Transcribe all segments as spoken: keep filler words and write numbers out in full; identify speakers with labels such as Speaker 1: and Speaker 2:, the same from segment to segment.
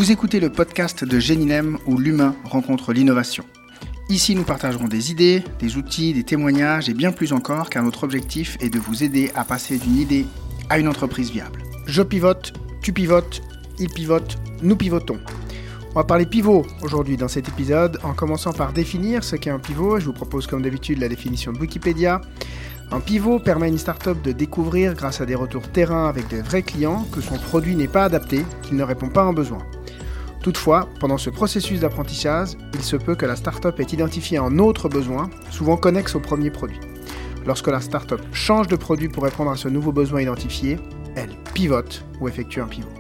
Speaker 1: Vous écoutez le podcast de Génilem où l'humain rencontre l'innovation. Ici, nous partagerons des idées, des outils, des témoignages et bien plus encore, car notre objectif est de vous aider à passer d'une idée à une entreprise viable. Je pivote, tu pivotes, il pivote, nous pivotons. On va parler pivot aujourd'hui dans cet épisode, en commençant par définir ce qu'est un pivot. Je vous propose comme d'habitude la définition de Wikipédia. Un pivot permet à une start-up de découvrir, grâce à des retours terrain avec de vrais clients, que son produit n'est pas adapté, qu'il ne répond pas à un besoin. Toutefois, pendant ce processus d'apprentissage, il se peut que la start-up ait identifié un autre besoin, souvent connexe au premier produit. Lorsque la start-up change de produit pour répondre à ce nouveau besoin identifié, elle pivote ou effectue un pivot.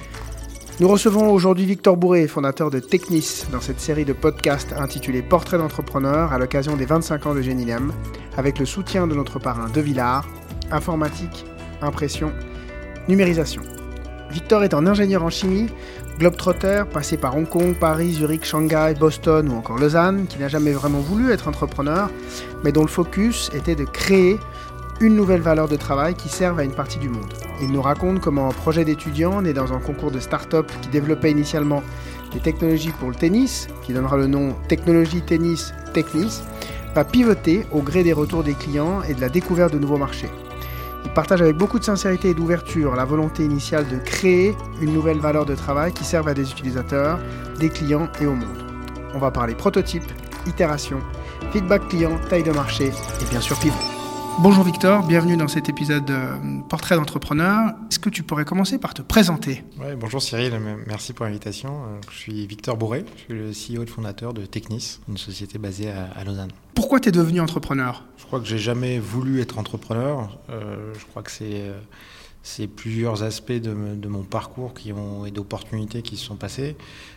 Speaker 1: Nous recevons aujourd'hui Victor Bourré, fondateur de Technis, dans cette série de podcasts intitulée Portrait d'entrepreneur à l'occasion des vingt-cinq ans de Génilem, avec le soutien de notre parrain De Villard, informatique, impression, numérisation. Victor est un ingénieur en chimie, globetrotter, passé par Hong Kong, Paris, Zurich, Shanghai, Boston ou encore Lausanne, qui n'a jamais vraiment voulu être entrepreneur, mais dont le focus était de créer une nouvelle valeur de travail qui serve à une partie du monde. Il nous raconte comment un projet d'étudiant né dans un concours de start-up qui développait initialement des technologies pour le tennis, qui donnera le nom Technologie Tennis Technis, va pivoter au gré des retours des clients et de la découverte de nouveaux marchés. Il partage avec beaucoup de sincérité et d'ouverture la volonté initiale de créer une nouvelle valeur de travail qui serve à des utilisateurs, des clients et au monde. On va parler prototype, itération, feedback client, taille de marché et bien sûr pivot. Bonjour Victor, bienvenue dans cet épisode de Portrait d'entrepreneur. Est-ce que tu pourrais commencer par te présenter ?
Speaker 2: Ouais, bonjour Cyril, merci pour l'invitation. Je suis Victor Bourré, je suis le C E O et fondateur de Technis, une société basée à, à Lausanne.
Speaker 1: Pourquoi tu es devenu entrepreneur ?
Speaker 2: Je crois que j'ai jamais voulu être entrepreneur. Euh, je crois que c'est, c'est plusieurs aspects de, de mon parcours qui ont, et d'opportunités qui se sont passés.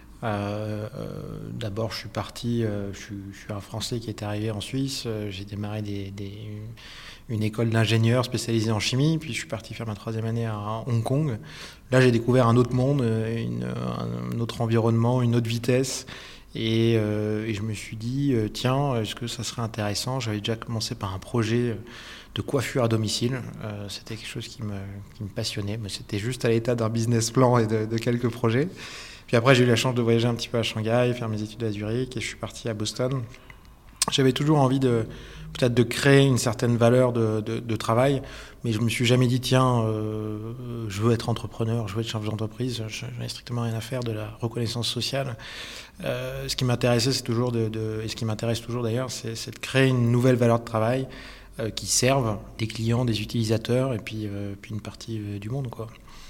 Speaker 2: Euh, euh, d'abord, je suis parti, euh, je, suis, je suis un Français qui est arrivé en Suisse. Euh, j'ai démarré des, des, une école d'ingénieur spécialisée en chimie, puis je suis parti faire ma troisième année à Hong Kong. Là, j'ai découvert un autre monde, une, un autre environnement, une autre vitesse. Et, euh, et je me suis dit, euh, tiens, est-ce que ça serait intéressant ? J'avais déjà commencé par un projet de coiffure à domicile. Euh, c'était quelque chose qui me, qui me passionnait, mais c'était juste à l'état d'un business plan et de, de quelques projets. Puis après, j'ai eu la chance de voyager un petit peu à Shanghai, faire mes études à Zurich, et je suis parti à Boston. J'avais toujours envie de, peut-être de créer une certaine valeur de, de, de travail, mais je me suis jamais dit, tiens, euh, je veux être entrepreneur, je veux être chef d'entreprise, je, je n'ai strictement rien à faire de la reconnaissance sociale. Euh, ce qui m'intéressait, c'est toujours de, de, et ce qui m'intéresse toujours d'ailleurs, c'est, c'est de créer une nouvelle valeur de travail euh, qui serve des clients, des utilisateurs, et puis, euh, puis une partie euh, du monde, quoi.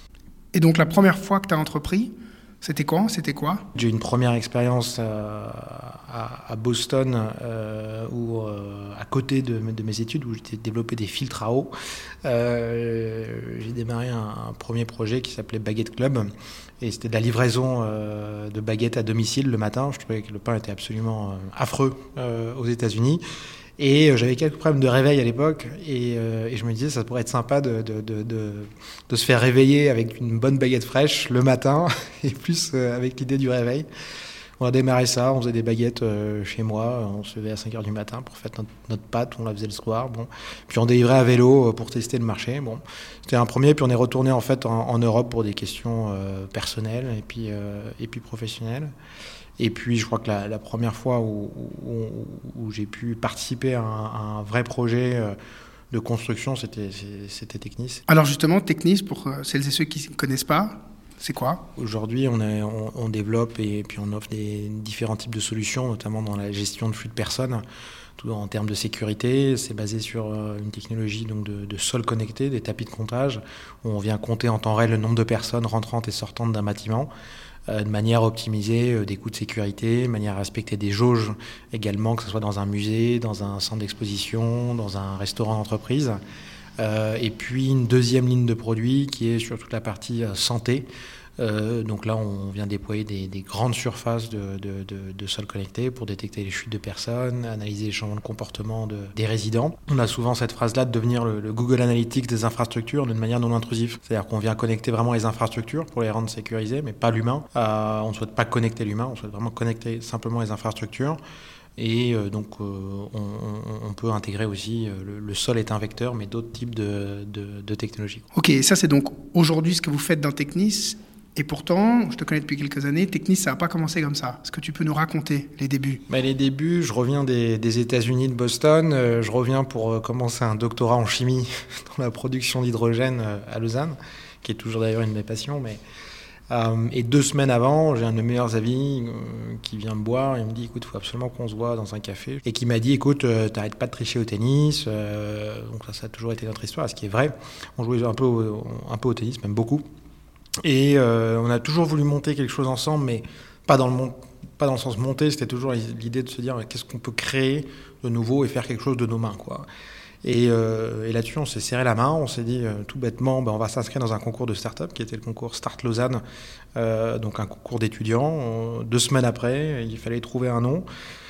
Speaker 1: Et donc la première fois que tu as entrepris, C'était quoi C'était quoi
Speaker 2: J'ai eu une première expérience à, à, à Boston, euh, où, euh, à côté de, de mes études, où j'ai développé des filtres à eau. Euh, j'ai démarré un, un premier projet qui s'appelait Baguette Club. Et c'était de la livraison euh, de baguettes à domicile le matin. Je trouvais que le pain était absolument euh, affreux euh, aux États-Unis. Et euh, j'avais quelques problèmes de réveil à l'époque, et, euh, et je me disais ça pourrait être sympa de, de, de, de, de se faire réveiller avec une bonne baguette fraîche le matin, et plus euh, avec l'idée du réveil. On a démarré ça, on faisait des baguettes euh, chez moi, on se levait à cinq heures du matin pour faire notre, notre pâte, on la faisait le soir. Bon. Puis on délivrait à vélo pour tester le marché. Bon. C'était un premier, puis on est retourné en fait en, en Europe pour des questions euh, personnelles et puis, euh, et puis professionnelles. Et puis, je crois que la, la première fois où, où, où j'ai pu participer à un, à un vrai projet de construction, c'était, c'était Technis.
Speaker 1: Alors justement, Technis, pour celles et ceux qui ne connaissent pas, c'est quoi ?
Speaker 2: Aujourd'hui, on, est, on, on développe et puis on offre des différents types de solutions, notamment dans la gestion de flux de personnes. Tout en termes de sécurité, c'est basé sur une technologie donc de, de sol connecté, des tapis de comptage, où on vient compter en temps réel le nombre de personnes rentrantes et sortantes d'un bâtiment, de manière à optimiser des coûts de sécurité, de manière à respecter des jauges également, que ce soit dans un musée, dans un centre d'exposition, dans un restaurant d'entreprise. Euh, et puis une deuxième ligne de produits qui est sur toute la partie santé. Euh, donc là, on vient déployer des, des grandes surfaces de, de, de, de sol connecté pour détecter les chutes de personnes, analyser les changements de comportement de, des résidents. On a souvent cette phrase-là de devenir le, le Google Analytics des infrastructures d'une manière non intrusive. C'est-à-dire qu'on vient connecter vraiment les infrastructures pour les rendre sécurisées, mais pas l'humain. Euh, on ne souhaite pas connecter l'humain, on souhaite vraiment connecter simplement les infrastructures. Et euh, donc, euh, on, on peut intégrer aussi, euh, le, le sol est un vecteur, mais d'autres types de, de, de technologies.
Speaker 1: Ok, ça c'est donc aujourd'hui ce que vous faites dans Technis. Et pourtant, je te connais depuis quelques années, Technis, ça n'a pas commencé comme ça. Est-ce que tu peux nous raconter les débuts ?
Speaker 2: Bah, les débuts, je reviens des, des États-Unis, de Boston. Euh, je reviens pour euh, commencer un doctorat en chimie dans la production d'hydrogène euh, à Lausanne, qui est toujours d'ailleurs une de mes passions. Mais, euh, et deux semaines avant, j'ai un de mes meilleurs amis euh, qui vient me voir et me dit, écoute, il faut absolument qu'on se voit dans un café. Et qui m'a dit, écoute, euh, t'arrêtes pas de tricher au tennis. Euh, donc ça, ça a toujours été notre histoire, ce qui est vrai. On jouait un peu au, un peu au tennis, même beaucoup. Et euh, on a toujours voulu monter quelque chose ensemble, mais pas dans le, mon- pas dans le sens monter, c'était toujours l'idée de se dire qu'est-ce qu'on peut créer de nouveau et faire quelque chose de nos mains, quoi. Et, euh, et là-dessus, on s'est serré la main, on s'est dit euh, tout bêtement, ben, on va s'inscrire dans un concours de start-up qui était le concours Start Lausanne, euh, donc un concours d'étudiants. Euh, deux semaines après, il fallait trouver un nom.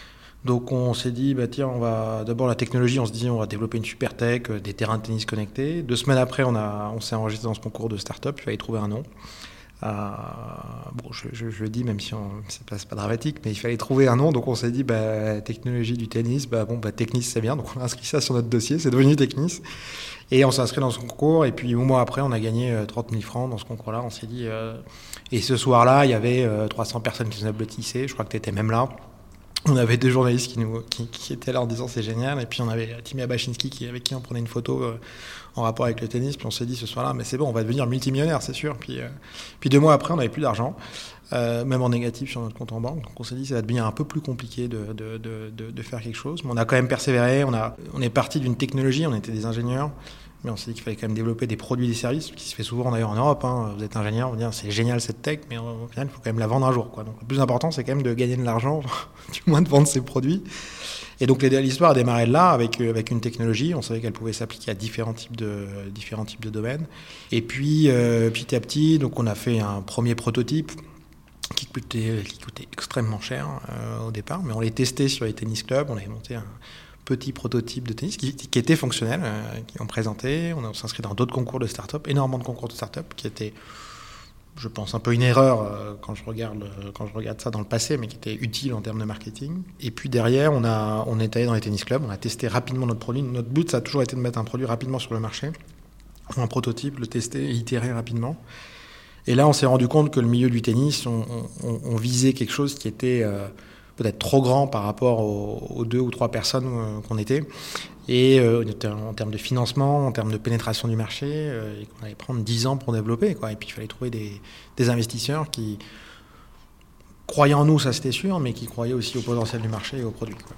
Speaker 2: Donc on s'est dit, bah tiens, on va d'abord la technologie, on se disait on va développer une super tech, euh, des terrains de tennis connectés. Deux semaines après, on, a, on s'est enregistré dans ce concours de start-up, il fallait trouver un nom. Euh, bon, je, je, je le dis, même si on, c'est, pas, c'est pas dramatique, mais il fallait trouver un nom, donc on s'est dit, bah, technologie du tennis, bah bon, bah Technis c'est bien, donc on a inscrit ça sur notre dossier, c'est devenu Technis. Et on s'est inscrit dans ce concours, et puis un mois après, on a gagné euh, trente mille francs dans ce concours-là, on s'est dit, euh, et ce soir-là, il y avait euh, trois cents personnes qui nous applaudissaient, je crois que tu étais même là. On avait deux journalistes qui, nous, qui, qui étaient là en disant c'est génial, et puis on avait Timmy Abashinsky qui, avec qui on prenait une photo euh, en rapport avec le tennis, puis on s'est dit ce soir-là, mais c'est bon, on va devenir multimillionnaire, c'est sûr. Puis, euh, puis deux mois après, on n'avait plus d'argent, euh, même en négatif sur notre compte en banque, donc on s'est dit ça va devenir un peu plus compliqué de, de, de, de, de faire quelque chose, mais on a quand même persévéré, on, a, on est parti d'une technologie, on était des ingénieurs, mais on s'est dit qu'il fallait quand même développer des produits et des services, ce qui se fait souvent d'ailleurs en Europe. Hein. Vous êtes ingénieur, vous dites c'est génial cette tech, mais au final, il faut quand même la vendre un jour, quoi. Donc le plus important, c'est quand même de gagner de l'argent, du moins de vendre ses produits. Et donc l'histoire a démarré de là, avec, avec une technologie. On savait qu'elle pouvait s'appliquer à différents types de, différents types de domaines. Et puis, euh, petit à petit, donc on a fait un premier prototype qui coûtait, qui coûtait extrêmement cher euh, au départ, mais on l'a testé sur les tennis clubs. On avait monté un petit prototype de tennis qui, qui était fonctionnel, euh, qui ont présenté. On, a, on s'est inscrit dans d'autres concours de start-up, énormément de concours de start-up, qui étaient, je pense, un peu une erreur euh, quand, je regarde, euh, quand je regarde ça dans le passé, mais qui était utile en termes de marketing. Et puis derrière, on, a, on est allé dans les tennis clubs, on a testé rapidement notre produit. Notre but, ça a toujours été de mettre un produit rapidement sur le marché, un prototype, le tester, itérer rapidement. Et là, on s'est rendu compte que le milieu du tennis, on, on, on visait quelque chose qui était euh, peut-être trop grand par rapport aux, aux deux ou trois personnes euh, qu'on était. Et euh, en termes de financement, en termes de pénétration du marché, euh, et qu'on allait prendre dix ans pour développer, quoi. Et puis il fallait trouver des, des investisseurs qui croyaient en nous, ça c'était sûr, mais qui croyaient aussi au potentiel du marché et au produit, quoi.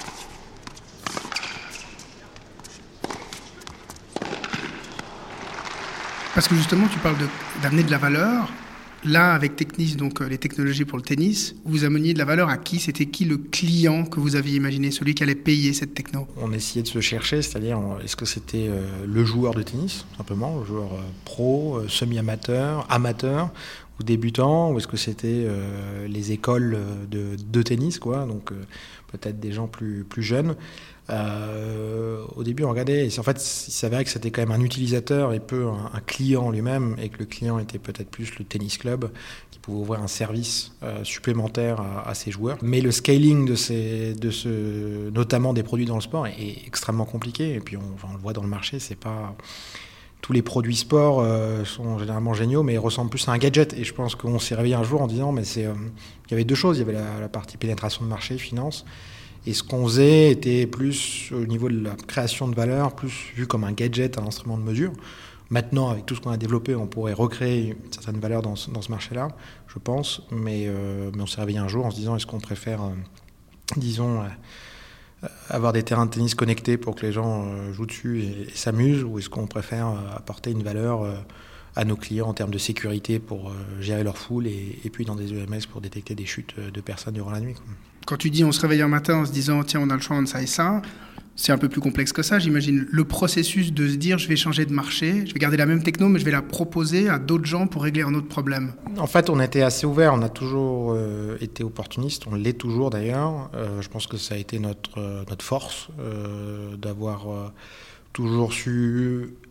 Speaker 1: Parce que justement, tu parles de, d'amener de la valeur. Là, avec Technis, donc euh, les technologies pour le tennis, vous ameniez de la valeur à qui ? C'était qui le client que vous aviez imaginé, celui qui allait payer cette techno ?
Speaker 2: On essayait de se chercher, c'est-à-dire, est-ce que c'était euh, le joueur de tennis, simplement, le joueur euh, pro, euh, semi-amateur, amateur ou débutant, ou est-ce que c'était euh, les écoles de, de tennis, quoi, donc euh, peut-être des gens plus, plus jeunes. Euh, au début, on regardait, et en fait, il s'avérait que c'était quand même un utilisateur et peu un, un client lui-même, et que le client était peut-être plus le tennis club, qui pouvait ouvrir un service euh, supplémentaire à, à ses joueurs. Mais le scaling de ces, de ce, notamment des produits dans le sport, est, est extrêmement compliqué. Et puis, on, enfin, on le voit dans le marché, c'est pas tous les produits sport euh, sont généralement géniaux, mais ils ressemblent plus à un gadget. Et je pense qu'on s'est réveillé un jour en disant, mais c'est, euh, il y avait deux choses. Il y avait la, la partie pénétration de marché, finance. Et ce qu'on faisait était plus au niveau de la création de valeur, plus vu comme un gadget, un instrument de mesure. Maintenant, avec tout ce qu'on a développé, on pourrait recréer une certaine valeur dans ce, dans ce marché-là, je pense. Mais, euh, mais on s'est réveillé un jour en se disant, est-ce qu'on préfère, euh, disons, euh, avoir des terrains de tennis connectés pour que les gens euh, jouent dessus et, et s'amusent, ou est-ce qu'on préfère euh, apporter une valeur euh, à nos clients en termes de sécurité pour euh, gérer leur foule et, et puis dans des E M S pour détecter des chutes de personnes durant la nuit, quoi.
Speaker 1: Quand tu dis on se réveille un matin en se disant tiens on a le choix entre ça et ça, c'est un peu plus complexe que ça. J'imagine le processus de se dire je vais changer de marché, je vais garder la même techno mais je vais la proposer à d'autres gens pour régler un autre problème.
Speaker 2: En fait, on était assez ouvert, on a toujours euh, été opportuniste, on l'est toujours d'ailleurs. Euh, je pense que ça a été notre, euh, notre force euh, d'avoir euh, toujours su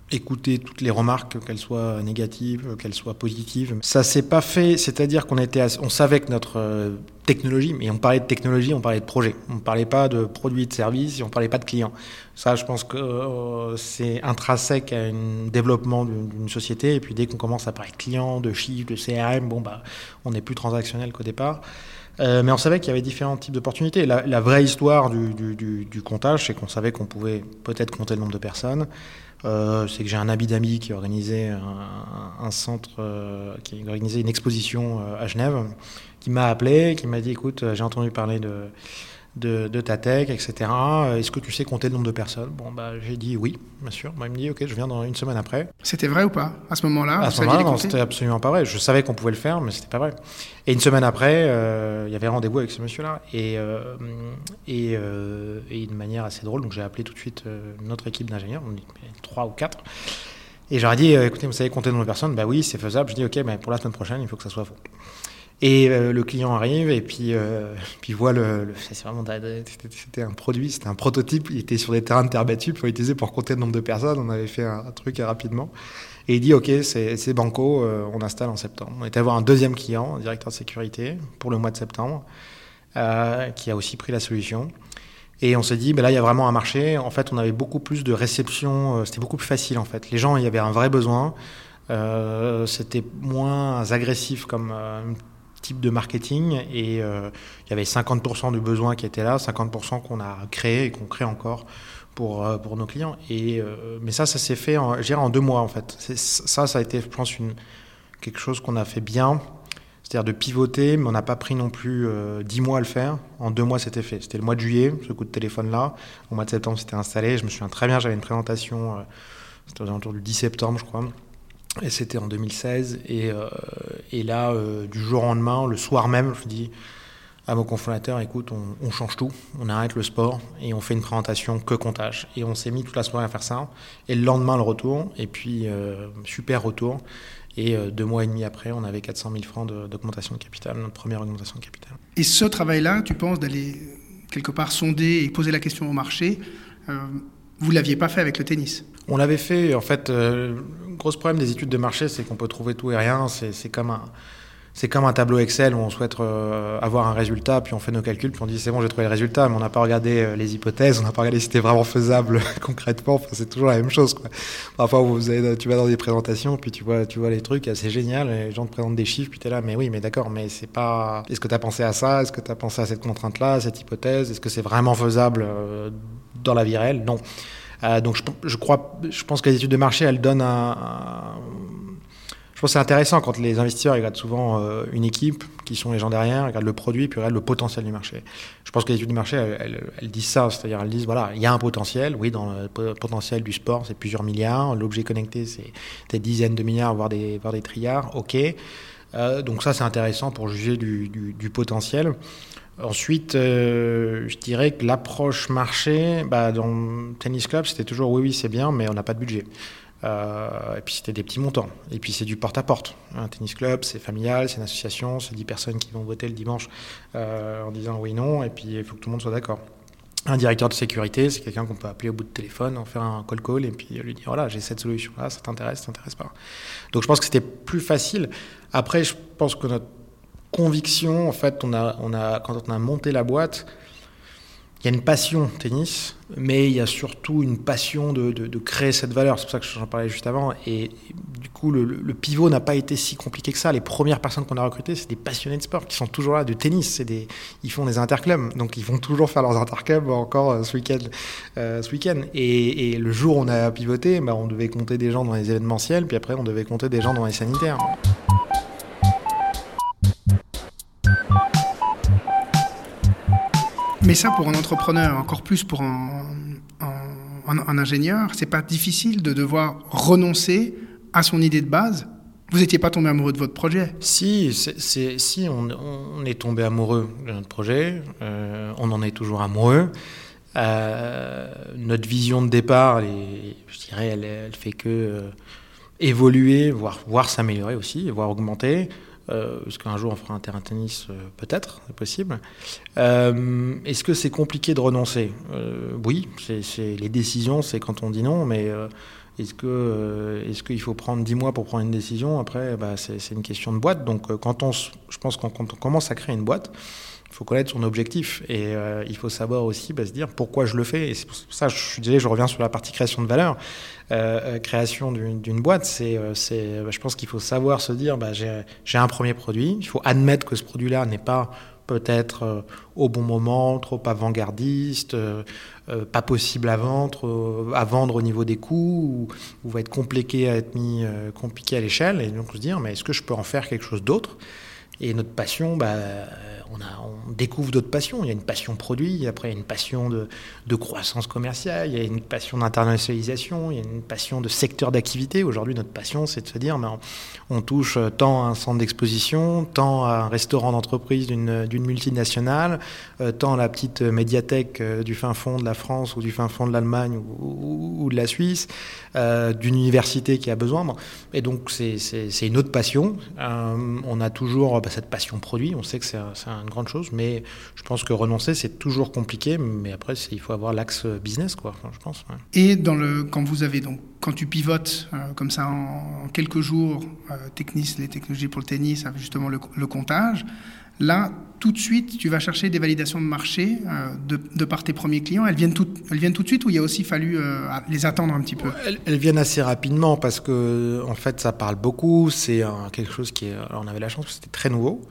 Speaker 2: écouter toutes les remarques, qu'elles soient négatives, qu'elles soient positives. Ça s'est pas fait, c'est-à-dire qu'on était, assez, on savait que notre euh, technologie, mais on parlait de technologie, on parlait de projet. On ne parlait pas de produits, de services, et on ne parlait pas de clients. Ça, je pense que euh, c'est intrinsèque à un développement d'une, d'une société. Et puis dès qu'on commence à parler de clients, de chiffres, de C R M, bon bah, on est plus transactionnel qu'au départ. Euh, mais on savait qu'il y avait différents types d'opportunités. La, la vraie histoire du, du, du, du comptage, c'est qu'on savait qu'on pouvait peut-être compter le nombre de personnes. Euh, c'est que j'ai un ami d'amis qui organisait un, un centre, euh, qui organisait une exposition euh, à Genève, qui m'a appelé, qui m'a dit, écoute, j'ai entendu parler de, de, de ta tech, et cetera. Est-ce que tu sais compter le nombre de personnes? Bon, bah, j'ai dit oui, bien sûr. Bah, il me dit, ok, je viens dans une semaine après.
Speaker 1: C'était vrai ou pas à ce moment-là?
Speaker 2: À ce moment-là, non, c'était absolument pas vrai. Je savais qu'on pouvait le faire, mais c'était pas vrai. Et une semaine après, euh, il y avait rendez-vous avec ce monsieur-là. Et, euh, et, euh, et de manière assez drôle, donc j'ai appelé tout de suite euh, notre équipe d'ingénieurs, on est trois ou quatre. Et j'aurais dit, euh, écoutez, vous savez compter le nombre de personnes? Bah oui, c'est faisable. Je dis, ok, mais pour la semaine prochaine, il faut que ça soit faux. Et euh, le client arrive et puis euh, puis voit le, le c'est vraiment c'était un produit, c'était un prototype, il était sur des terrains de terre battue, il faut l'utiliser pour compter le nombre de personnes. On avait fait un, un truc rapidement et il dit ok, c'est c'est banco, euh, on installe en septembre. On était à voir un deuxième client, un directeur de sécurité pour le mois de septembre, euh, qui a aussi pris la solution. Et on s'est dit, ben là, il y a vraiment un marché. En fait, on avait beaucoup plus de réception, c'était beaucoup plus facile en fait. Les gens, il y avait un vrai besoin. Euh, c'était moins agressif comme euh, type de marketing et euh, il y avait cinquante pour cent du besoin qui était là, cinquante pour cent qu'on a créé et qu'on crée encore pour, euh, pour nos clients. Et, euh, mais ça, ça s'est fait en, je dirais en deux mois en fait. C'est, ça, ça a été, je pense, une, quelque chose qu'on a fait bien, c'est-à-dire de pivoter, mais on n'a pas pris non plus euh, dix mois à le faire. En deux mois, c'était fait. C'était le mois de juillet, ce coup de téléphone-là. Au mois de septembre, c'était installé. Je me souviens très bien, j'avais une présentation, euh, c'était aux alentours du dix septembre, je crois. Et c'était en deux mille seize. Et, euh, et là, euh, du jour au lendemain, le soir même, je dis à mon cofondateur, écoute, on, on change tout, on arrête le sport et on fait une présentation que comptage. Et on s'est mis toute la soirée à faire ça. Et le lendemain, le retour. Et puis, euh, super retour. Et euh, deux mois et demi après, on avait quatre cent mille francs de, d'augmentation de capital, notre première augmentation de capital.
Speaker 1: Et ce travail-là, tu penses d'aller quelque part sonder et poser la question au marché, euh, vous ne l'aviez pas fait avec le tennis?
Speaker 2: On l'avait fait, en fait, euh, le gros problème des études de marché, c'est qu'on peut trouver tout et rien. C'est, c'est, comme, un, c'est comme un tableau Excel où on souhaite euh, avoir un résultat, puis on fait nos calculs, puis on dit c'est bon, j'ai trouvé le résultat, mais on n'a pas regardé euh, les hypothèses, on n'a pas regardé si c'était vraiment faisable concrètement. Enfin, c'est toujours la même chose, quoi. Parfois, vous avez, tu vas dans des présentations, puis tu vois, tu vois les trucs, c'est génial, les gens te présentent des chiffres, puis tu es là, mais oui, mais d'accord, mais c'est pas... Est-ce que tu as pensé à ça? Est-ce que tu as pensé à cette contrainte-là, à cette hypothèse? Est-ce que c'est vraiment faisable euh, dans la vie réelle? Non. Euh, donc je, je crois, je pense que les études de marché, elles donnent un, un je pense que c'est intéressant quand les investisseurs regardent souvent euh, une équipe, qui sont les gens derrière, regardent le produit, puis regardent le potentiel du marché. Je pense que les études de marché, elles, elles, elles disent ça, c'est-à-dire elles disent voilà, il y a un potentiel, oui, dans le potentiel du sport, c'est plusieurs milliards, l'objet connecté, c'est des dizaines de milliards, voire des, voire des trilliards, ok. Euh, donc ça, c'est intéressant pour juger du, du, du potentiel. Ensuite, euh, je dirais que l'approche marché, bah, dans le tennis club, c'était toujours oui, oui, c'est bien, mais on n'a pas de budget. Euh, et puis c'était des petits montants. Et puis c'est du porte-à-porte. Un tennis club, c'est familial, c'est une association, c'est dix personnes qui vont voter le dimanche euh, en disant oui, non, et puis il faut que tout le monde soit d'accord. Un directeur de sécurité, c'est quelqu'un qu'on peut appeler au bout de téléphone, en faire un call call et puis lui dire voilà, j'ai cette solution-là, ça t'intéresse, ça t'intéresse pas. Donc je pense que c'était plus facile. Après, je pense que notre conviction, en fait, on a, on a, quand on a monté la boîte, il y a une passion tennis, mais il y a surtout une passion de, de, de créer cette valeur. C'est pour ça que j'en parlais juste avant. Et, et du coup, le, le pivot n'a pas été si compliqué que ça. Les premières personnes qu'on a recrutées, c'est des passionnés de sport qui sont toujours là, de tennis. C'est des, ils font des interclubs, donc ils vont toujours faire leurs interclubs encore euh, ce week-end. Euh, ce week-end. Et, et le jour où on a pivoté, bah, on devait compter des gens dans les événementiels, puis après on devait compter des gens dans les sanitaires.
Speaker 1: Mais ça, pour un entrepreneur, encore plus pour un, un, un, un ingénieur, c'est pas difficile de devoir renoncer à son idée de base? Vous n'étiez pas tombé amoureux de votre projet?
Speaker 2: Si, c'est, c'est, si on, on est tombé amoureux de notre projet, euh, on en est toujours amoureux. Euh, notre vision de départ, elle est, je dirais, elle, elle fait que euh, évoluer, voire, voire s'améliorer aussi, voire augmenter. Euh, est-ce qu'un jour on fera un terrain de tennis? euh, Peut-être, c'est possible. Euh, est-ce que c'est compliqué de renoncer? euh, Oui, c'est, c'est, les décisions, c'est quand on dit non, mais euh, est-ce, que, euh, est-ce qu'il faut prendre dix mois pour prendre une décision? Après, bah, c'est, c'est une question de boîte. Donc, euh, quand on, je pense que quand on commence à créer une boîte, il faut connaître son objectif et euh, il faut savoir aussi bah, se dire pourquoi je le fais. Et c'est pour ça, je suis désolé, je reviens sur la partie création de valeur. Euh, création d'une, d'une boîte, c'est, c'est, bah, je pense qu'il faut savoir se dire bah, j'ai, j'ai un premier produit, il faut admettre que ce produit-là n'est pas peut-être euh, au bon moment, trop avant-gardiste, euh, euh, pas possible à vendre, euh, à vendre au niveau des coûts, ou, ou va être compliqué à être mis euh, compliqué à l'échelle. Et donc se dire mais est-ce que je peux en faire quelque chose d'autre? Et notre passion, bah, on, a, on découvre d'autres passions. Il y a une passion produit, après il y a une passion de, de croissance commerciale, il y a une passion d'internationalisation, il y a une passion de secteur d'activité. Aujourd'hui, notre passion, c'est de se dire, bah, on, on touche tant à un centre d'exposition, tant à un restaurant d'entreprise d'une, d'une multinationale, euh, tant à la petite médiathèque euh, du fin fond de la France ou du fin fond de l'Allemagne ou, ou, ou de la Suisse, euh, d'une université qui a besoin. Bon. Et donc, c'est, c'est, c'est une autre passion. Euh, on a toujours bah, cette passion produit. On sait que c'est, c'est une grande chose, mais je pense que renoncer, c'est toujours compliqué. Mais après, c'est, il faut avoir l'axe business, quoi. Enfin, je pense. Ouais.
Speaker 1: Et dans le, quand vous avez donc, quand tu pivotes euh, comme ça en, en quelques jours, euh, Technis, les technologies pour le tennis, avec justement le, le comptage. Là, tout de suite, tu vas chercher des validations de marché euh, de, de par tes premiers clients. Elles viennent tout, elles viennent tout de suite ou il y a aussi fallu euh, les attendre un petit peu?
Speaker 2: Elles, elles viennent assez rapidement parce que, en fait, ça parle beaucoup. C'est un, quelque chose qui est. Alors, on avait la chance parce que c'était très nouveau.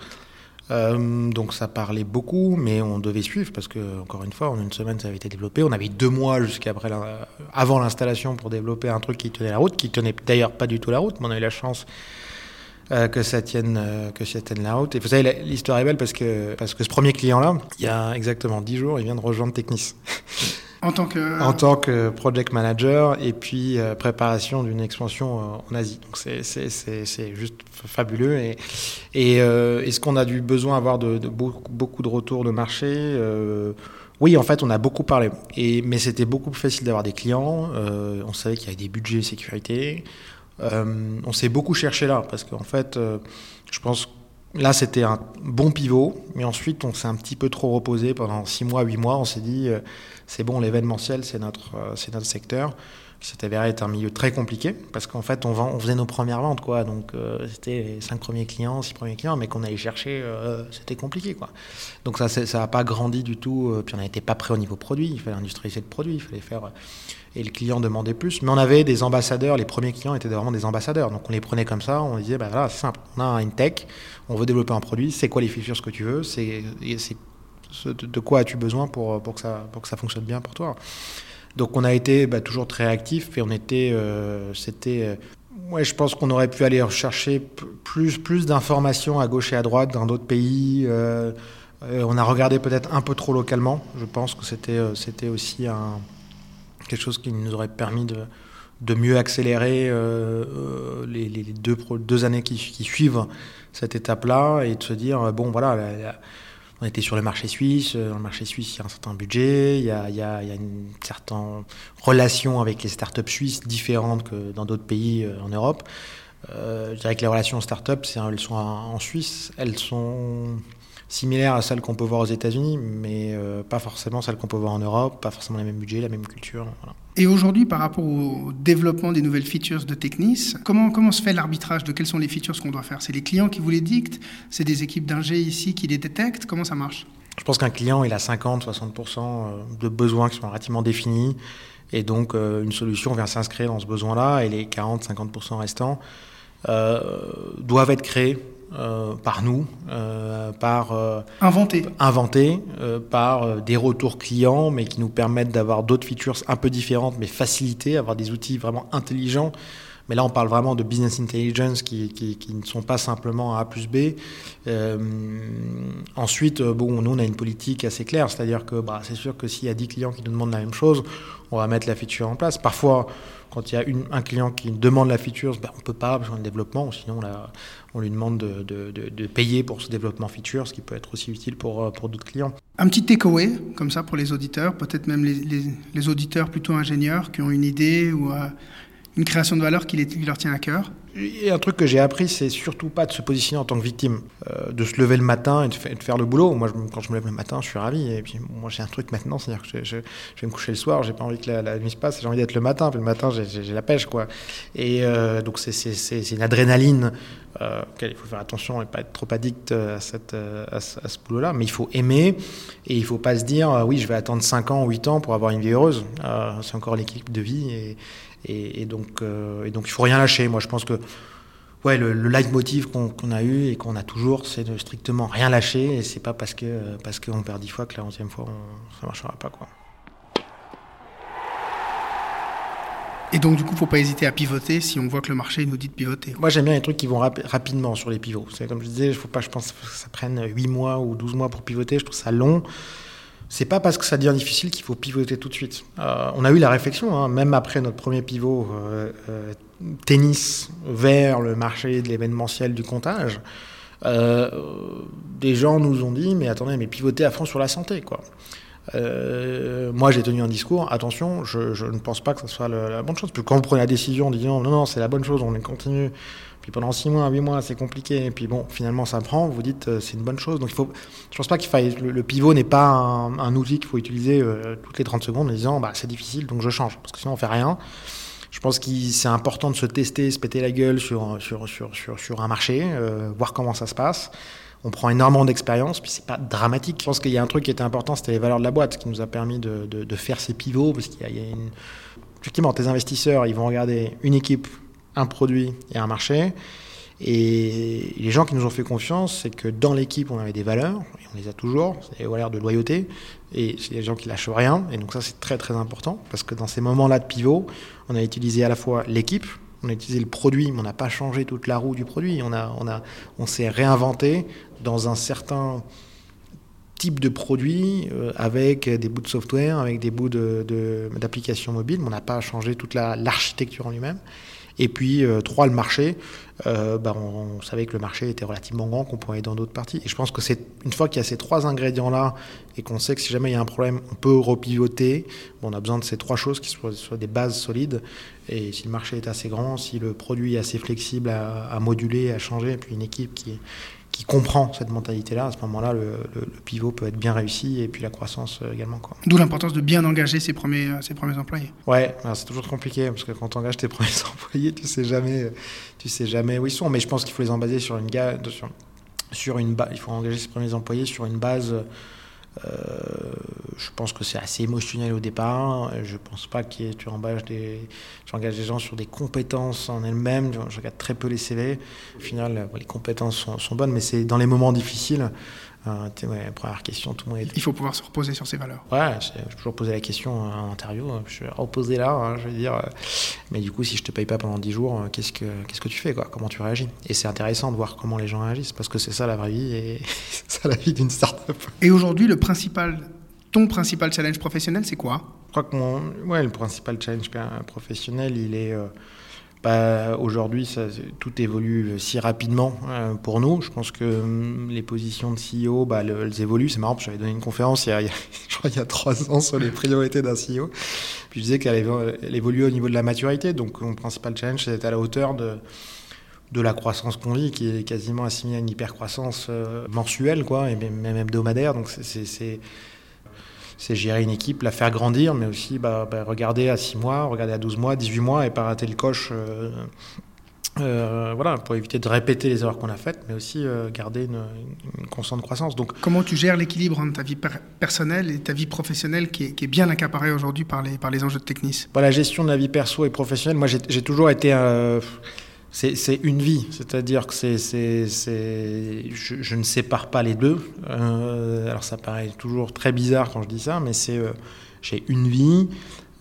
Speaker 2: Euh, donc, ça parlait beaucoup, mais on devait suivre parce que, encore une fois, en une semaine, ça avait été développé. On avait deux mois jusqu'après, la, avant l'installation pour développer un truc qui tenait la route, qui tenait d'ailleurs pas du tout la route, mais on a eu la chance. Euh, que ça tienne euh, que ça tienne la route. Et vous savez, la, l'histoire est belle parce que parce que ce premier client-là, il y a exactement dix jours, il vient de rejoindre Technis.
Speaker 1: En tant que
Speaker 2: en tant que project manager et puis euh, préparation d'une expansion euh, en Asie. Donc c'est c'est c'est c'est juste fabuleux et et, euh, est-ce qu'on a du besoin d'avoir de, de beaucoup beaucoup de retours de marché? euh, Oui, en fait, on a beaucoup parlé. Et mais c'était beaucoup plus facile d'avoir des clients. Euh, on savait qu'il y avait des budgets sécurité. Euh, on s'est beaucoup cherché là parce qu'en fait, euh, je pense que là c'était un bon pivot, mais ensuite on s'est un petit peu trop reposé pendant six mois, huit mois. On s'est dit euh, c'est bon, l'événementiel c'est notre euh, c'est notre secteur. C'est avéré être un milieu très compliqué parce qu'en fait on, vend, on faisait nos premières ventes quoi, donc euh, c'était les cinq premiers clients, six premiers clients, mais qu'on allait chercher, euh, c'était compliqué quoi. Donc ça ça a pas grandi du tout. Euh, puis on n'était pas prêt au niveau produit, il fallait industrialiser le produit, il fallait faire. Euh, Et le client demandait plus. Mais on avait des ambassadeurs, les premiers clients étaient vraiment des ambassadeurs. Donc on les prenait comme ça, on disait, bah voilà, c'est simple, on a une tech, on veut développer un produit, c'est quoi les features que tu veux, c'est, c'est de quoi as-tu besoin pour, pour, que ça, pour que ça fonctionne bien pour toi. Donc on a été bah, toujours très réactifs et on était, euh, c'était... Euh, ouais, je pense qu'on aurait pu aller rechercher plus, plus d'informations à gauche et à droite dans d'autres pays. Euh, euh, on a regardé peut-être un peu trop localement. Je pense que c'était, euh, c'était aussi un... quelque chose qui nous aurait permis de, de mieux accélérer euh, les, les deux, deux années qui, qui suivent cette étape-là et de se dire, bon voilà, la, la, on était sur le marché suisse, dans le marché suisse il y a un certain budget, il y a, il y a, il y a une certaine relation avec les startups suisses différentes que dans d'autres pays euh, en Europe. Euh, je dirais que les relations startups, c'est, elles sont en Suisse, elles sont... similaires à celles qu'on peut voir aux États-Unis, mais euh, pas forcément celles qu'on peut voir en Europe, pas forcément les mêmes budgets, la même culture. Voilà.
Speaker 1: Et aujourd'hui, par rapport au développement des nouvelles features de Technis, comment, comment se fait l'arbitrage de quelles sont les features qu'on doit faire? C'est les clients qui vous les dictent? C'est des équipes d'ingé ici qui les détectent? Comment ça marche?
Speaker 2: Je pense qu'un client, il a cinquante à soixante pour cent de besoins qui sont relativement définis, et donc euh, une solution vient s'inscrire dans ce besoin-là, et les quarante à cinquante pour cent restants euh, doivent être créés Euh, par nous, euh, par euh,
Speaker 1: inventé,
Speaker 2: inventé, euh, par euh, des retours clients, mais qui nous permettent d'avoir d'autres features un peu différentes, mais facilitées, avoir des outils vraiment intelligents. Mais là, on parle vraiment de business intelligence qui, qui, qui ne sont pas simplement A plus B. Euh, ensuite, bon, nous, on a une politique assez claire, c'est-à-dire que bah, c'est sûr que s'il y a dix clients qui nous demandent la même chose, on va mettre la feature en place. Parfois, quand il y a une, un client qui demande la feature, ben, on ne peut pas, besoin de développement, sinon là, on lui demande de, de, de, de payer pour ce développement feature, ce qui peut être aussi utile pour, pour d'autres clients.
Speaker 1: Un petit takeaway, comme ça, pour les auditeurs, peut-être même les, les, les auditeurs plutôt ingénieurs qui ont une idée ou euh, une création de valeur qui, les, qui leur tient à cœur.
Speaker 2: Et un truc que j'ai appris, c'est surtout pas de se positionner en tant que victime, euh, de se lever le matin et de, fa- de faire le boulot. Moi, je, quand je me lève le matin, je suis ravi. Et puis, moi, j'ai un truc maintenant, c'est-à-dire que je, je, je vais me coucher le soir, j'ai pas envie que la, la nuit se passe, j'ai envie d'être le matin. Puis le matin, j'ai, j'ai, j'ai la pêche, quoi. Et euh, donc, c'est, c'est, c'est, c'est une adrénaline euh, auquel il faut faire attention et pas être trop addict à, cette, à, ce, à ce boulot-là. Mais il faut aimer et il faut pas se dire, euh, oui, je vais attendre cinq ans ou huit ans pour avoir une vie heureuse. Euh, c'est encore l'équipe de vie et Et, et, donc, euh, et donc, il ne faut rien lâcher. Moi, je pense que ouais, le, le leitmotiv qu'on, qu'on a eu et qu'on a toujours, c'est de strictement rien lâcher. Et ce n'est pas parce, que, parce qu'on perd dix fois que la onzième fois, on, ça ne marchera pas, quoi.
Speaker 1: Et donc, du coup, il ne faut pas hésiter à pivoter si on voit que le marché nous dit de pivoter.
Speaker 2: Moi, j'aime bien les trucs qui vont rap- rapidement sur les pivots. C'est, comme je disais, il faut pas, je pense que ça prenne huit mois ou douze mois pour pivoter. Je trouve ça long. C'est pas parce que ça devient difficile qu'il faut pivoter tout de suite. Euh, on a eu la réflexion, hein, même après notre premier pivot euh, euh, tennis vers le marché de l'événementiel du comptage, euh, des gens nous ont dit, mais attendez, mais pivotez à fond sur la santé, quoi. Euh, moi, j'ai tenu un discours. Attention, je, je ne pense pas que ce soit le, la bonne chose. Puis quand vous prenez la décision en disant non, non, c'est la bonne chose, on continue. Puis pendant six mois, huit mois, c'est compliqué. Et puis bon, finalement, ça prend. Vous dites euh, c'est une bonne chose. Donc il faut. Je pense pas qu'il faille. Le, le pivot n'est pas un, un outil qu'il faut utiliser euh, toutes les trente secondes en disant bah c'est difficile, donc je change. Parce que sinon on fait rien. Je pense que c'est important de se tester, se péter la gueule sur sur sur sur, sur un marché, euh, voir comment ça se passe. On prend énormément d'expérience, puis c'est pas dramatique. Je pense qu'il y a un truc qui était important, c'était les valeurs de la boîte, qui nous a permis de, de, de faire ces pivots, parce qu'il y a, il y a une... Effectivement, tes investisseurs, ils vont regarder une équipe, un produit et un marché. Et les gens qui nous ont fait confiance, c'est que dans l'équipe, on avait des valeurs, et on les a toujours, c'est des valeurs de loyauté, et c'est des gens qui lâchent rien. Et donc ça, c'est très très important, parce que dans ces moments-là de pivot, on a utilisé à la fois l'équipe, on a utilisé le produit, mais on n'a pas changé toute la roue du produit. On, a, on, a, on s'est réinventé dans un certain type de produit euh, avec des bouts de software, avec des bouts de, de, d'applications mobiles. Mais on n'a pas changé toute la, l'architecture en lui-même. Et puis, euh, trois, le marché. Euh, bah, on, on savait que le marché était relativement grand, qu'on pouvait aller dans d'autres parties. Et je pense que c'est une fois qu'il y a ces trois ingrédients-là et qu'on sait que si jamais il y a un problème, on peut repivoter. Bon, on a besoin de ces trois choses qui soient, soient des bases solides. Et si le marché est assez grand, si le produit est assez flexible à, à moduler, à changer, et puis une équipe qui, qui comprend cette mentalité-là, à ce moment-là, le, le, le pivot peut être bien réussi et puis la croissance également, quoi.
Speaker 1: D'où l'importance de bien engager ses premiers, ses premiers employés.
Speaker 2: Ouais, c'est toujours compliqué parce que quand tu engages tes premiers employés, tu sais jamais, tu sais jamais où ils sont. Mais je pense qu'il faut les engager sur une ga- sur, sur une base. Il faut engager ses premiers employés sur une base. Euh, je pense que c'est assez émotionnel au départ. Je pense pas que tu engages des, tu engages des gens sur des compétences en elles-mêmes. Je regarde très peu les C V. Au final, les compétences sont, sont bonnes, mais c'est dans les moments difficiles. Euh, ouais, première question, tout le monde est...
Speaker 1: Il faut pouvoir se reposer sur ses valeurs.
Speaker 2: Ouais, je vais toujours poser la question en interview. Je vais reposer là, hein, je veux dire. Mais du coup, si je te paye pas pendant dix jours, qu'est-ce que qu'est-ce que tu fais, quoi ? Comment tu réagis ? Et c'est intéressant de voir comment les gens réagissent, parce que c'est ça la vraie vie et c'est ça la vie d'une start-up.
Speaker 1: Et aujourd'hui, le principal, ton principal challenge professionnel, c'est quoi ?
Speaker 2: Je crois que mon, ouais, le principal challenge professionnel, il est euh, bah, aujourd'hui, ça, tout évolue si rapidement euh, pour nous. Je pense que euh, les positions de C E O, bah, le, elles évoluent. C'est marrant, parce que j'avais donné une conférence il y a, il y a, je crois, il y a trois ans sur les priorités d'un C E O. Puis je disais qu'elle elle évolue au niveau de la maturité. Donc mon principal challenge, c'est d'être à la hauteur de, de la croissance qu'on vit, qui est quasiment assimilée à une hypercroissance euh, mensuelle, quoi, et même hebdomadaire. Donc c'est... c'est, c'est c'est gérer une équipe, la faire grandir, mais aussi bah, bah, regarder à six mois, regarder à douze mois, dix-huit mois et pas rater le coche euh, euh, voilà, pour éviter de répéter les erreurs qu'on a faites, mais aussi euh, garder une, une constante croissance. Donc,
Speaker 1: comment tu gères l'équilibre entre ta vie per- personnelle et ta vie professionnelle qui est, qui est bien accaparée aujourd'hui par les, par les enjeux de Technis ?
Speaker 2: Bah, la gestion de la vie perso et professionnelle, moi j'ai, j'ai toujours été... Euh, C'est, c'est une vie, c'est-à-dire que c'est, c'est, c'est, je, je ne sépare pas les deux. Euh, alors ça paraît toujours très bizarre quand je dis ça, mais c'est, euh, j'ai une vie,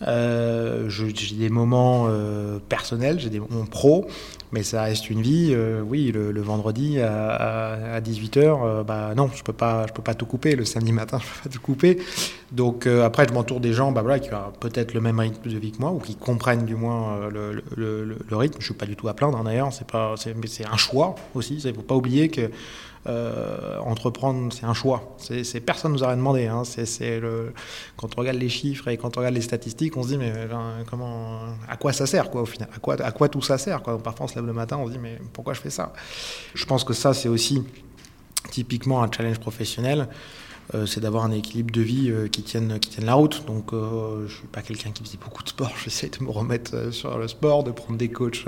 Speaker 2: euh, je, j'ai des moments euh, personnels, j'ai des moments pro, mais ça reste une vie. Euh, oui, le, le vendredi à, à, à dix-huit heures, euh, bah non, je peux pas, je peux pas tout couper. Le samedi matin, je peux pas tout couper. Donc euh, après, je m'entoure des gens, bah voilà, qui ont peut-être le même rythme de vie que moi ou qui comprennent du moins euh, le, le, le, le rythme. Je suis pas du tout à plaindre, hein, d'ailleurs. C'est pas, c'est, mais c'est un choix aussi. Il faut pas oublier que Euh, entreprendre, c'est un choix. C'est, c'est personne nous a rien demandé. Hein. C'est, c'est le, quand on regarde les chiffres et quand on regarde les statistiques, on se dit mais ben, comment, à quoi ça sert quoi au final, à quoi, à quoi tout ça sert quoi. Donc, parfois on se lève le matin, on se dit mais pourquoi je fais ça. Je pense que ça c'est aussi typiquement un challenge professionnel. Euh, c'est d'avoir un équilibre de vie euh, qui tienne qui tienne la route. Donc euh, je suis pas quelqu'un qui faisait beaucoup de sport. J'essaie de me remettre euh, sur le sport, de prendre des coachs,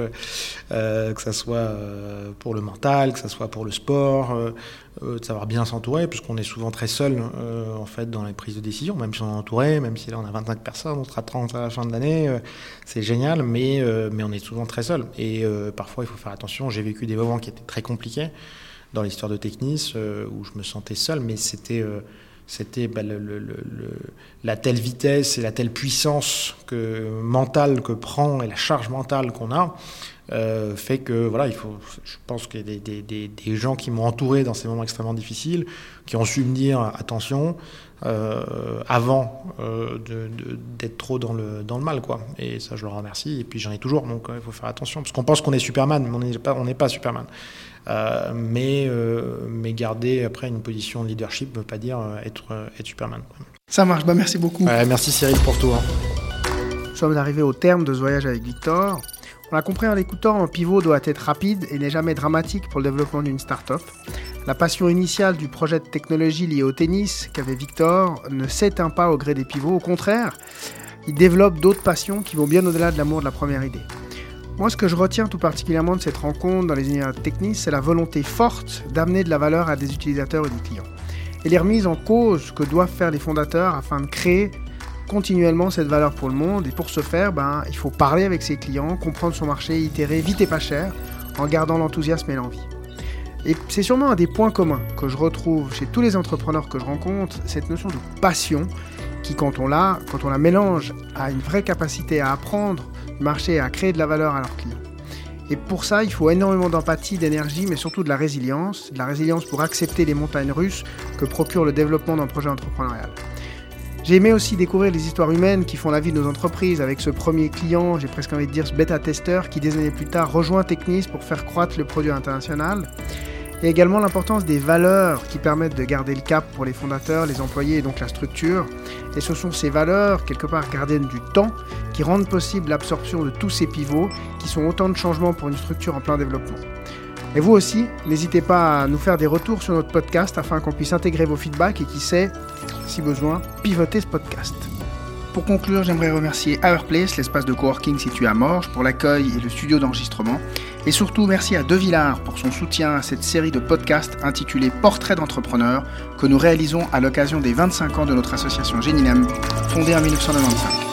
Speaker 2: euh, que ça soit euh, pour le mental, que ça soit pour le sport, euh, euh, de savoir bien s'entourer, puisqu'on est souvent très seul euh, en fait dans les prises de décision. Même si on est entouré, même si là on a vingt-cinq personnes, on sera trente à la fin de l'année, euh, c'est génial, mais euh, mais on est souvent très seul. Et euh, parfois il faut faire attention. J'ai vécu des moments qui étaient très compliqués dans l'histoire de Technis, euh, où je me sentais seul, mais c'était, euh, c'était bah, le, le, le, la telle vitesse et la telle puissance que, mentale que prend et la charge mentale qu'on a, euh, fait que, voilà, il faut, je pense qu'il y a des, des, des, des gens qui m'ont entouré dans ces moments extrêmement difficiles, qui ont su me dire attention, euh, avant euh, de, de, d'être trop dans le, dans le mal, quoi. Et ça, je leur remercie. Et puis j'en ai toujours, donc il euh, faut faire attention, parce qu'on pense qu'on est Superman, mais on n'est pas, on n'est pas Superman. Euh, mais, euh, mais garder après une position de leadership ne veut pas dire être, être Superman.
Speaker 1: Ça marche, bah merci beaucoup.
Speaker 2: Euh, merci Cyril pour tout. Hein.
Speaker 1: Nous sommes arrivés au terme de ce voyage avec Victor. On l'a compris en l'écoutant, un pivot doit être rapide et n'est jamais dramatique pour le développement d'une start-up. La passion initiale du projet de technologie lié au tennis qu'avait Victor ne s'éteint pas au gré des pivots. Au contraire, il développe d'autres passions qui vont bien au-delà de l'amour de la première idée. Moi, ce que je retiens tout particulièrement de cette rencontre dans les univers de Technis, c'est la volonté forte d'amener de la valeur à des utilisateurs et des clients. Et les remises en cause que doivent faire les fondateurs afin de créer continuellement cette valeur pour le monde. Et pour ce faire, ben, il faut parler avec ses clients, comprendre son marché, itérer vite et pas cher, en gardant l'enthousiasme et l'envie. Et c'est sûrement un des points communs que je retrouve chez tous les entrepreneurs que je rencontre, cette notion de passion qui, quand on l'a, quand on la mélange à une vraie capacité à apprendre du marché et à créer de la valeur à leurs clients. Et pour ça, il faut énormément d'empathie, d'énergie, mais surtout de la résilience. De la résilience pour accepter les montagnes russes que procure le développement d'un projet entrepreneurial. J'ai aimé aussi découvrir les histoires humaines qui font la vie de nos entreprises avec ce premier client, j'ai presque envie de dire ce bêta-testeur qui des années plus tard rejoint Technis pour faire croître le produit international. Et également l'importance des valeurs qui permettent de garder le cap pour les fondateurs, les employés et donc la structure. Et ce sont ces valeurs, quelque part gardiennes du temps, qui rendent possible l'absorption de tous ces pivots qui sont autant de changements pour une structure en plein développement. Et vous aussi, n'hésitez pas à nous faire des retours sur notre podcast afin qu'on puisse intégrer vos feedbacks et qui sait, si besoin, pivoter ce podcast. Pour conclure, j'aimerais remercier Hourplace, l'espace de coworking situé à Morges, pour l'accueil et le studio d'enregistrement. Et surtout, merci à De Villard pour son soutien à cette série de podcasts intitulée Portrait d'entrepreneur que nous réalisons à l'occasion des vingt-cinq ans de notre association Génilem, fondée en dix-neuf cent quatre-vingt-quinze.